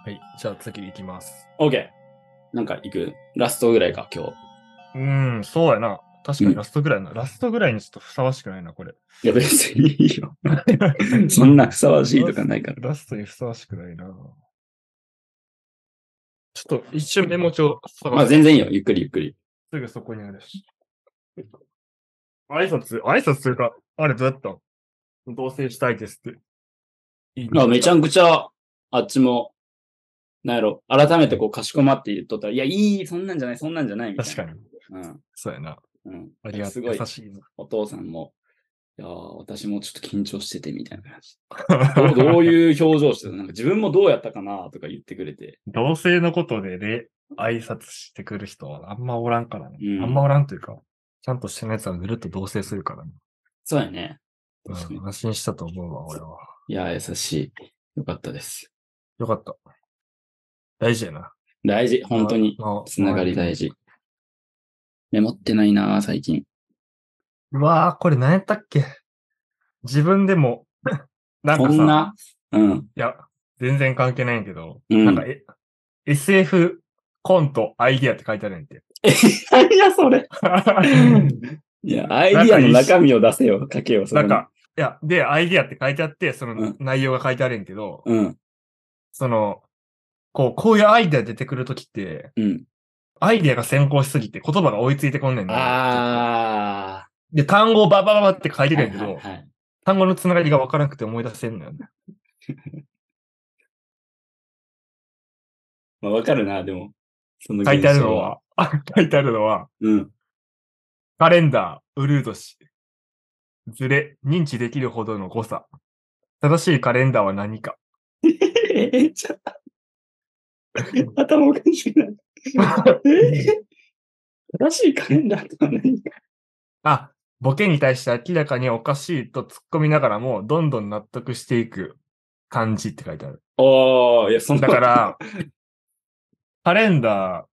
はい。じゃあ次行きます。 OK。なんか行くラストぐらいか、今日。 そうやな。確かにうん。 ラストぐらいな。ラストぐらいにちょっとふさわしくないな、これ。 いや、別にいいよ。そんなふさわしいとかないから。 ラストにふさわしくないな。ちょっと一瞬メモ帳探す。 まあ全然いいよ。ゆっくりゆっくり。 すぐそこにあるし。挨拶するか。あれどうやったん？同棲したいですって言いにあ、めちゃ来た。 くちゃ、あっちも、なんやろ、改めてこう、かしこまって言っとったら、いや、いい、そんなんじゃない、そんなんじゃない、みたいな。 確かに。 うん。 そうやな。 うん。 ありがなんかすごい、 優しいな。 お父さんも、いやー私もちょっと緊張してて、みたいな感じ。どういう表情してたなんか自分もどうやったかなとか言ってくれて。 同性のことで挨拶してくる人はあんまおらんからね。 うん。 あんまおらんというか、ちゃんとしてないやつはぬるっと同棲するからね。 そうやね。確かに。 安心したと思うわ、俺は。 いやー、優しい。よかったです。 よかった。大事やな。 大事。本当に。つながり大事。メモってないな、最近。 うわー、これ何やったっけ？自分でも、なんかさ、 こんな、うん。 いや、全然関係ないんやけど、 うん。 なんかSF コントアイディアって書いてあるんやんて。 何や、それ。いや、アイディアの中身を出せよ、書けよ、そこに。 いや、で、アイディアって書いてあって、そのうん。 内容が書いてあるんやけど、 うん。 その、こういうアイディア出てくるときって、 うん。 アイディアが先行しすぎて言葉が追いついてこんねんな、俺。 あで、単語をババババって書いてー。はいるんやけど、 はいはい。 単語のつながりがわからなくて思い出せんのよね。 まあ、わかるな、でも。その書いてあ現象は。 るのは、書いてあるのは、 うん。 カレンダー、ウルー年、ズレ、認知できるほどの誤差。正しいカレンダーは何か。 ちょっと頭おかしくなる。正しいカレンダーとは何か。 あ、ボケに対して明らかにおかしいと突っ込みながらも、どんどん納得していく感じって書いてある。 おー、いや、その、 だから、カレンダ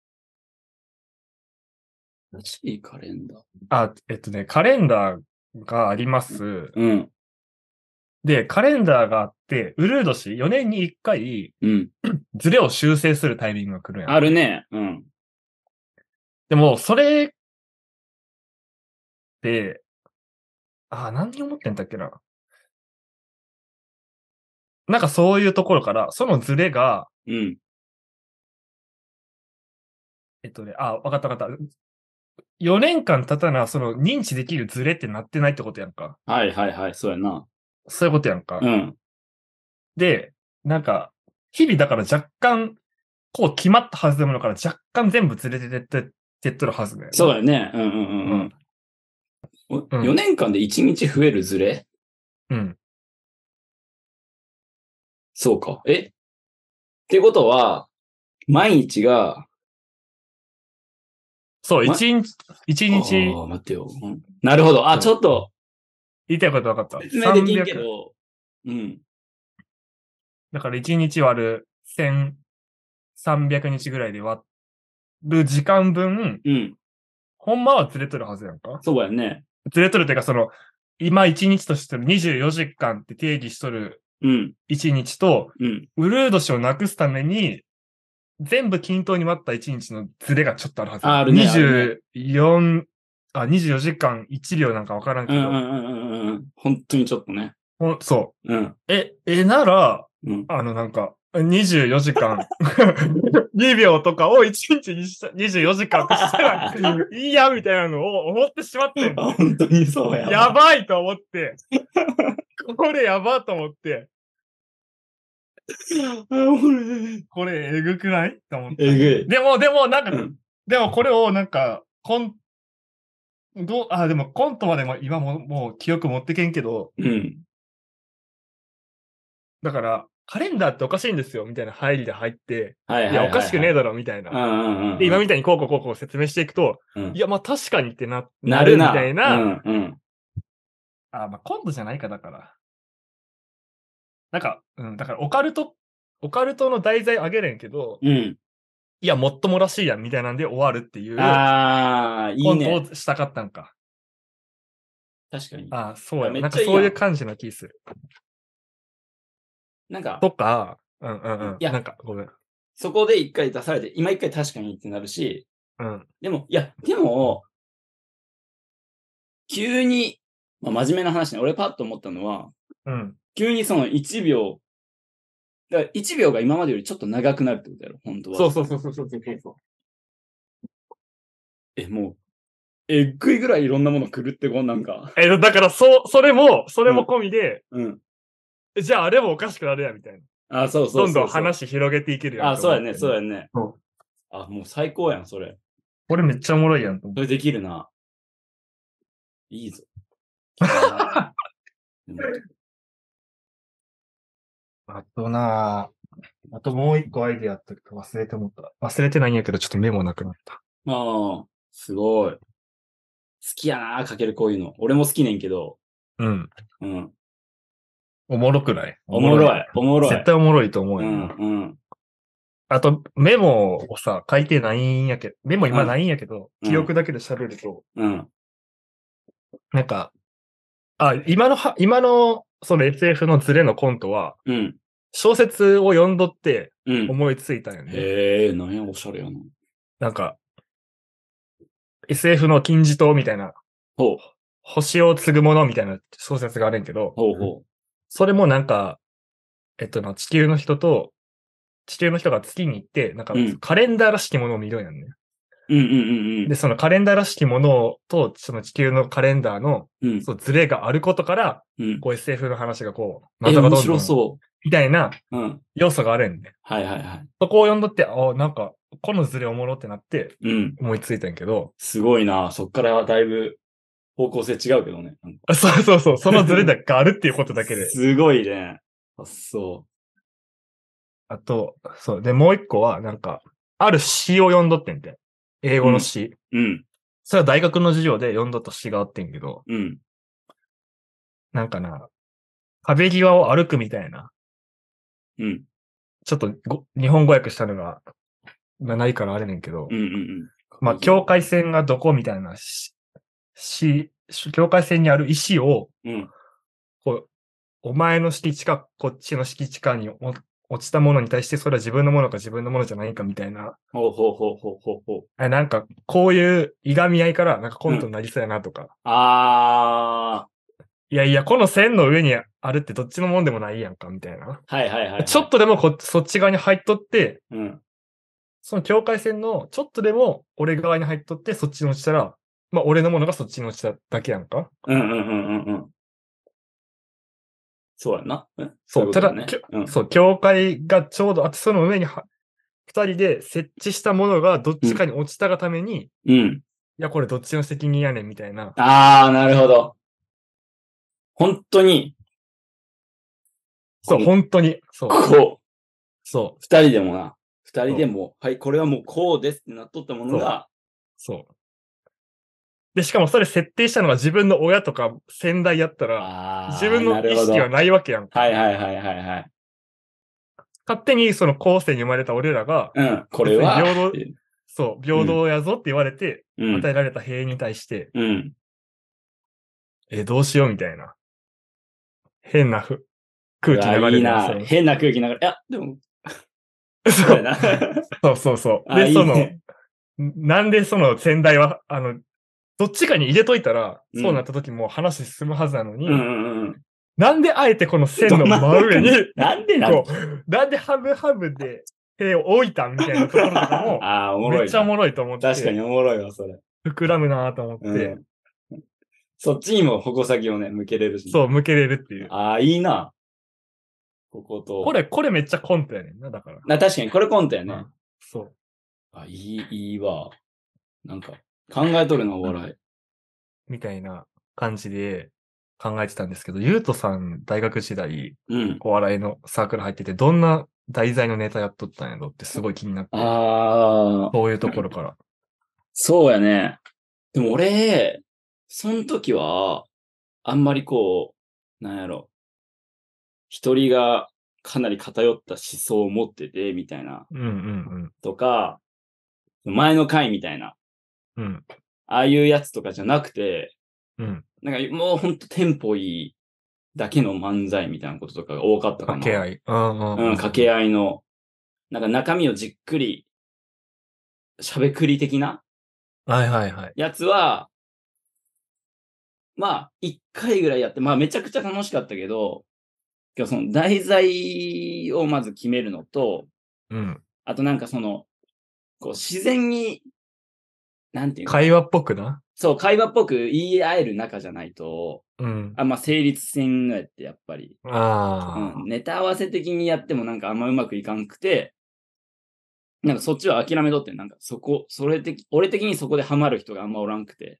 正しいカレンダー。 カレンダーがあります。 うん。 で、カレンダーがあって、ウルー年4年に1回、 うん。 ズレを修正するタイミングが来るやんか。 あるね。うん。 でも、それって、何に思ってんだっけな。なんかそういうところから、そのズレが、 うん。 わかったわかった。4年間経たな、その認知できるズレってなってないってことやんか。 はいはいはい。そうやな。 そういうことやんか。 うん。 で、なんか、日々だから若干、こう決まったはずのものから若干全部ずれてってっとるはずだよね。 そうやね。うんうんうんううん。 ん。う 4 ん。 年間で1日増えるズレ。 うん。 そうか。ってことは、毎日が、 そう、 ま、 一日、 待ってよ。うんなるほど。あ、ちょっと、 言いたいこと分かった。 説明できんけ 300。 ど、うん。 だから1日割る1300日ぐらいで割る時間分、 うん。 ほんまはずれとるはずやんか。 そうやね。 ずれとるっていうか、今1日としてる24時間って定義しとるうん。 1日と、 うん。 ウルー年をなくすために、全部均等に割った1日のズレがちょっとあるはずや。 あるね、あるね。 24時間1秒なんかわからんけど、 うんうんうんうんうん。本当にちょっとね。 そうん。 う。なら、 うん。 なんか、24時間、2秒とかを1日にした、24時間としたらいいや、みたいなのを思ってしまってん。 あ、本当にそうやわ。 やばいと思って、これやばと思って、これえぐくないと思った。 えぐい。 でも、なんか、 うん。 でもこれをなんか、でもコントまでも今もう記憶持ってけんけど、 うん。 だから、カレンダーっておかしいんですよ、みたいな入りで入って、いや、 はいはいおかはいはい。 しくねえだろ、みたいな。 うんうんうで、 んうん。 今みたいにこう説明していくと、 うん。 いや、まあ確かにってななるるみたいな。うな、 んうん。 まあコントじゃないか、だから。なんか、だからオカルトの題材あげれんけど、 うん。 いや、もっともらしいやん、みたいなんで終わるっていうあー、いコントいね。 をしたかったんか。 確かに。 そうやわ。 めっなんかちゃいいやん。 そういう感じな気する。 なんか、 とか、 うんうんうん。 いやなんか、ごめん。 そこで一回出されて、今一回確かにってなるし、 うん。 でも、急に、まあ、真面目な話ね、俺パッと思ったのは、 うん。 急にその1秒、だから1秒が今までよりちょっと長くなるってことやろ、本当は。 そうそうそうそうそうそう。 もう、えっぐいぐらいいろんなもの狂ってこん、なんか。 だから、それも込みで、 うん。 じゃああれもおかしくなるやん、みたいな。 あ、そうそどんどんうそうそう。 話広げていけるやんあ、 とそうやね、 思ってね。 そうやね。 そう。 あ、もう最高やん、それ。 これめっちゃおもろいやんと思って。 それできるな。いいぞ。聞かなあともう一個アイディアあったけど忘れてもった。忘れてないんやけど、ちょっとメモなくなった。 ああ、すごい。好きやな、かけるこういうの。俺も好きねんけど。 うん。 うん。 おもろくない？ おもろい、おもろい。 絶対おもろいと思うよな。 うん、うん。 あと、メモをさ、書いてないんやけど、メモ今ないんやけど、 うん記憶だけで喋ると、 うん。 なんか、今の、その SF のズレのコントは、 うん。 小説を読んどってうん。 思いついたんよね。 へえ、なんや、おしゃれやな。 なんか、SF の金字塔みたいな、 ほう。 星を継ぐものみたいな小説があるんやけど、 ほうほそれもなんか、地球の人が月に行って、なんかうんカレンダーらしきものを見るんやんね。 う。うんうんうんで、そのカレンダーらしきものと、その地球のカレンダーの、 うん。うん。 そう、ズレがあることから、 うん。 こう SF の話がこう、謎が面どんどん、 白そみたいなう。うん。 要素があるんで、 はいはいはい。 そこを読んどって、なんか、このズレおもろってなって、 うん。 思いついたんやけど、 すごいな。そっからだいぶ方向性違うけどね。なんかそうそうそう、そのズレがあるっていうことだけで。 すごいね。あ、そあと、そう、で、もう一個は、なんか、ある詩を読んどってんて。英語の詩。 う。うん。 それは大学の授業で読んどった詩があってんけど、 うん。 なんかな、壁際を歩くみたいな、 うん。 ちょっと日本語訳したのが、ないからあれねんけど、 うんうんうん。 まあ、境界線がどこみたいな境界線にある石を、 うん。 こう、お前の敷地か、こっちの敷地かに落ちたものに対して、それは自分のものか自分のものじゃないかみたいな。 ほうほうほうほうほうほう。 なんか、こういういがみ合いから、なんかコントになりそうやなとか。 あいやいや、この線の上にあるってどっちのもんでもないやんか、みたいな。 ー。はいはいはい、はい。 ちょっとでもそっち側に入っとって、 うん。 その境界線のちょっとでも俺側に入っとって、そっちに落ちたら、まあ俺のものがそっちに落ちただけやんか。 うんうんうんうんうん。そうやな。 そう、ただ、 ね。うん。 そう、境界がちょうどあって、その上に二人で設置したものがどっちかに落ちたがために、 うん。 いや、これどっちの責任やねんみたいな。 ああ、なるほど。本当に、 そう、本当に。そう。 こう、 そう。 二人でもな、二人でも、はい、これはもうこうですってなっとったものが、 そう。で、しかもそれ設定したのが自分の親とか先代やったら、自分の意識はないわけやんか。 はいはいはいはいはい。 勝手にその後世に生まれた俺らが、 うん、これは、 平等やぞって言われて、 うん、 与えられた兵に対して、 うん。 どうしようみたいな。変な空気流れるいいな。変な空気流れ。いや、でも、そうやな。 そうそう。 で、 いいね、なんでその先代は、どっちかに入れといたら、そうなった時も話進むはずなのに、なんであえてこの線の真上に、なんで半分半分で兵を置いたみたいなところとかも、めっちゃおもろいと思って。 確かにおもろいわ、それ。 膨らむなと思って、 そっちにも矛先をね、向けれるし、 そう、向けれるっていう。 いいな。これめっちゃコントやねんな、だから。 確かに、これコントやね。 そう。 いいわ。なんか、考えとるのお笑い。 みたいな感じで考えてたんですけど、ゆうとさん大学時代、お笑いのサークル入ってて、どんな題材のネタやっとったんやろってすごい気になって。そういうところから。 そうやね。でも俺、その時は、あんまりこう、なんやろ。一人がかなり偏った思想を持ってて、みたいな。とか、前の回みたいな。ああいうやつとかじゃなくて、なんかもうほんとテンポいいだけの漫才みたいなこととかが多かったかな。 掛け合い。 掛け合いの、なんか中身をじっくり、しゃべくり的なはいはいはい。 やつは、まあ、一回ぐらいやって、まあめちゃくちゃ楽しかったけど、その題材をまず決めるのと、あとなんかこう自然に、なんていうの会話っぽくな。 そう、会話っぽく言い合える仲じゃないと、あんま成立せんのやってやっぱり。ネタ合わせ的にやってもなんかあんまうまくいかんくて、なんかそっちは諦めとって、なんか俺的にそこでハマる人があんまおらんくて。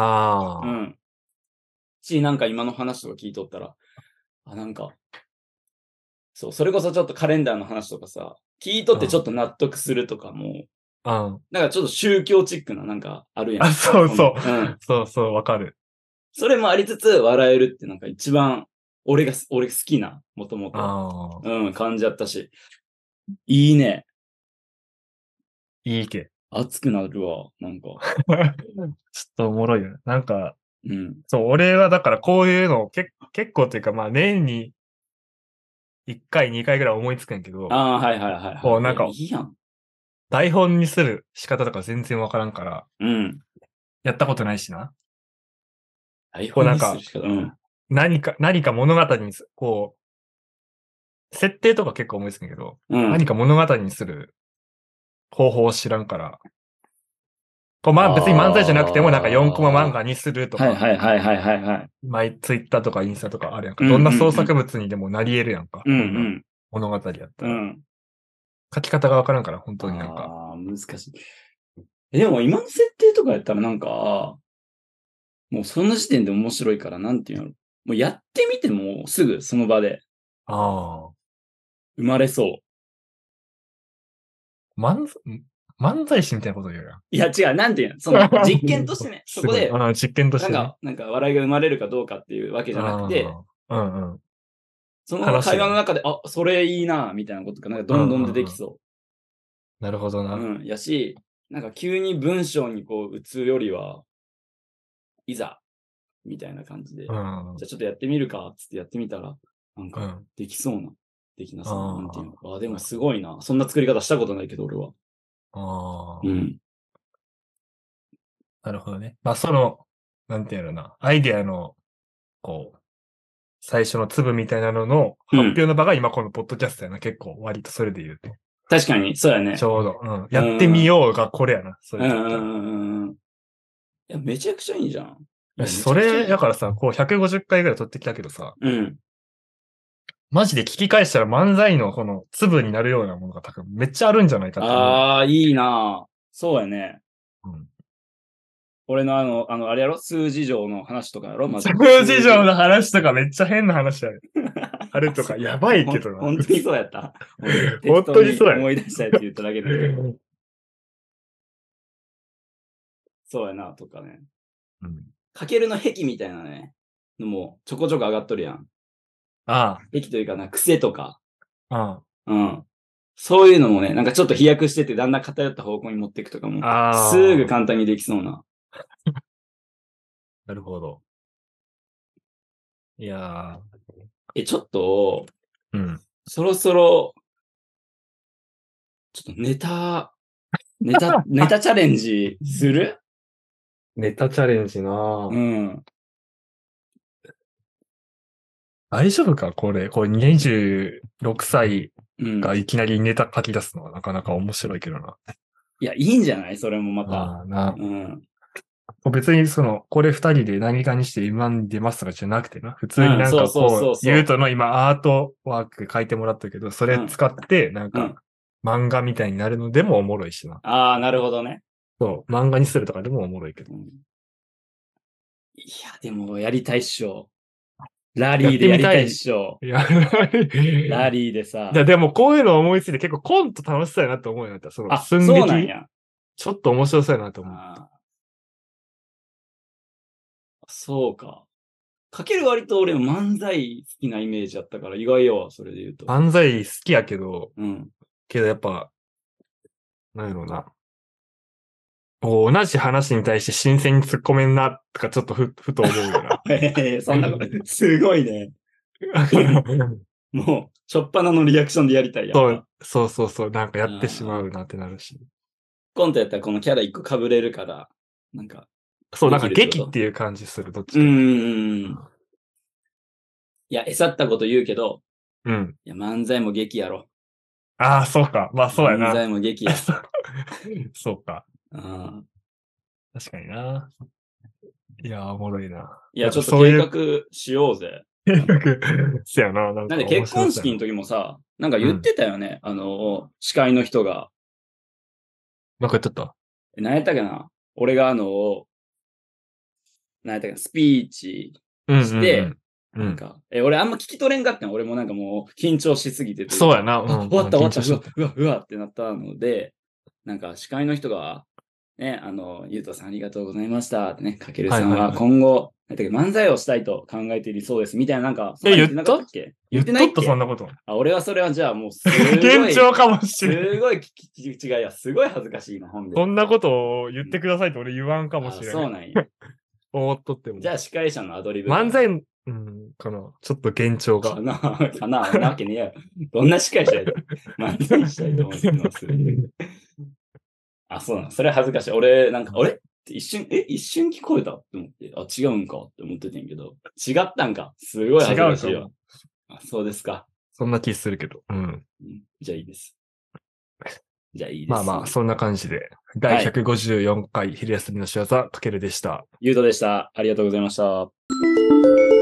なんか今の話とか聞いとったら、なんか、そう、それこそちょっとカレンダーの話とかさ、聞いとってちょっと納得するとかも、なんかちょっと宗教チックななんかあるやん。 そうそう。そうそう、わかる。 それもありつつ笑えるってなんか一番俺好きな、もともと。感じだったし。いいね。 いいけ。 熱くなるわ、なんか。 ちょっとおもろいよね。なんか、 そう、 俺はだからこういうのを結構っていうか、まあ年に1回、2回ぐらい思いつくんやけど。 はいはいはい。 こうなんか、 いいやん。 台本にする仕方とか全然わからんから。やったことないしな。 台本にする仕方。 何か物語にこう、設定とか結構思いつくんやけど、何か物語にする方法を知らんから。こう別に漫才じゃなくてもなんか4コマ漫画にするとか。 はいツイッターとかインスタとかあるやんか。どんな創作物にでもなり得るやんか。物語やったら。書き方がわからんから、本当になんか。 難しい。でも今の設定とかやったらなんか、もうその時点で面白いから、なんていうの、もうやってみてもすぐその場で。生まれそう。 漫才師みたいなこと言うやん。 いや違う、なんていうの、その実験としてね、そこで、 実験として、ね、 なんか笑いが生まれるかどうかっていうわけじゃなくて、その会話の中で、それいいな、みたいなことがなんかどんどん出てきそう。 なるほどな。 やし、なんか急に文章にこう打つよりは、いざ、みたいな感じで、じゃあちょっとやってみるか、つってやってみたら、なんか、できそうな、できなそうな、なんていうの。でもすごいな。そんな作り方したことないけど、俺は。 なるほどね。まあ、なんていうのな、アイデアの、こう、最初の粒みたいなのの発表の場が今このポッドキャストやな。結構割とそれで言うと。 確かに、そうやね。 ちょうど。やってみようがこれやな。それいや、めちゃくちゃいいじゃん。 それ、だからさ、こう150回ぐらい撮ってきたけどさ。マジで聞き返したら漫才のこの粒になるようなものが多分めっちゃあるんじゃないかと思う。 いいなそうやね。俺のあれやろ数字上の話とかやろ数字上の話とかめっちゃ変な話やる。あれとかやばいけどな。 本当にそうやった。 本当にそうや。 思い出したやつ言っただけだけど。そうやな、とかね。かけるの癖みたいなね、のもちょこちょこ上がっとるやん。癖というかな、癖とか。そういうのもね、なんかちょっと飛躍してて、だんだん偏った方向に持っていくとかも、すぐ簡単にできそうな。 なるほど。いやちょっと、そろそろ、ちょっとネタチャレンジする？ ネタチャレンジな大丈夫かこれ26歳がいきなりネタ書き出すのはなかなか面白いけどな。 いや、いいんじゃないそれもまた。 別にこれ二人で何かにして今に出ますとかじゃなくてな。普通になんかゆうとの今アートワーク書いてもらったけど、それ使ってなんか漫画みたいになるのでもおもろいしな。 なるほどね。 そう、漫画にするとかでもおもろいけど。 いや、でもやりたいっしょ。ラリーでやりたいっしょ。ラリーでさ。 でもこういうの思いついて結構コント楽しそうやなって思うようになった。 そうなんや。 ちょっと面白そうやなと思う。 そうか。かける割と俺漫才好きなイメージあったから意外よ、それで言うと。 漫才好きやけど、けどやっぱ、なんやろうな。同じ話に対して新鮮に突っ込めんな、とかちょっとふと思うよな。 そんなこと、すごいね。 もう、しょっぱなのリアクションでやりたいやん。 そう、なんかやってしまうなってなるし。 コントやったらこのキャラ一個被れるから、なんか。 そう、なんか劇っていう感じする、どっちか。 いや、えさったこと言うけど、 うん。 いや、漫才も劇やろ。 ああ、そうか。まあそうやな。 漫才も劇や。 そうか。確かにな。いやー、おもろいな。 いや、ちょっと計画しようぜ。 計画、せやな。 なんで結婚式の時もさ、なんか言ってたよね。司会の人が。 なんか言ってた？ 何やったかな？俺が何やったかな、スピーチして、なんか、俺あんま聞き取れんかったん。俺もなんかもう緊張しすぎて。 そうやな。 終わった。うわってなったので、なんか司会の人が、ね、ゆうとさんありがとうございましたってね、かけるさんは今後、漫才をしたいと考えているそうですみたいな、なんか、そんな言ってなかったっけ？言ってないっけ？ そんなこと。 俺はそれはじゃあもうすごい。 現状かもしれない。 すごい聞き違いや、すごい恥ずかしいな、本で。 そんなことを言ってくださいと俺言わんかもしれない。 そうなんや。 思っとっても。 じゃあ司会者のアドリブ。 漫才、かな。ちょっと幻聴が。 かな、なわけねえや。どんな司会者やで。漫才したいと思ってまする。あ、そうなの。それ恥ずかしい。俺、なんか、あれって一瞬聞こえたって思って、あ、違うんかって思ってたんやけど、違ったんか。すごい恥ずかしいわ。あ、そうですか。 そんな気するけど。 じゃあいいです。じゃあいいです。 まあ、そんな感じで。第154回昼休みの仕業、かけるでした。 ゆうとでした。ありがとうございました。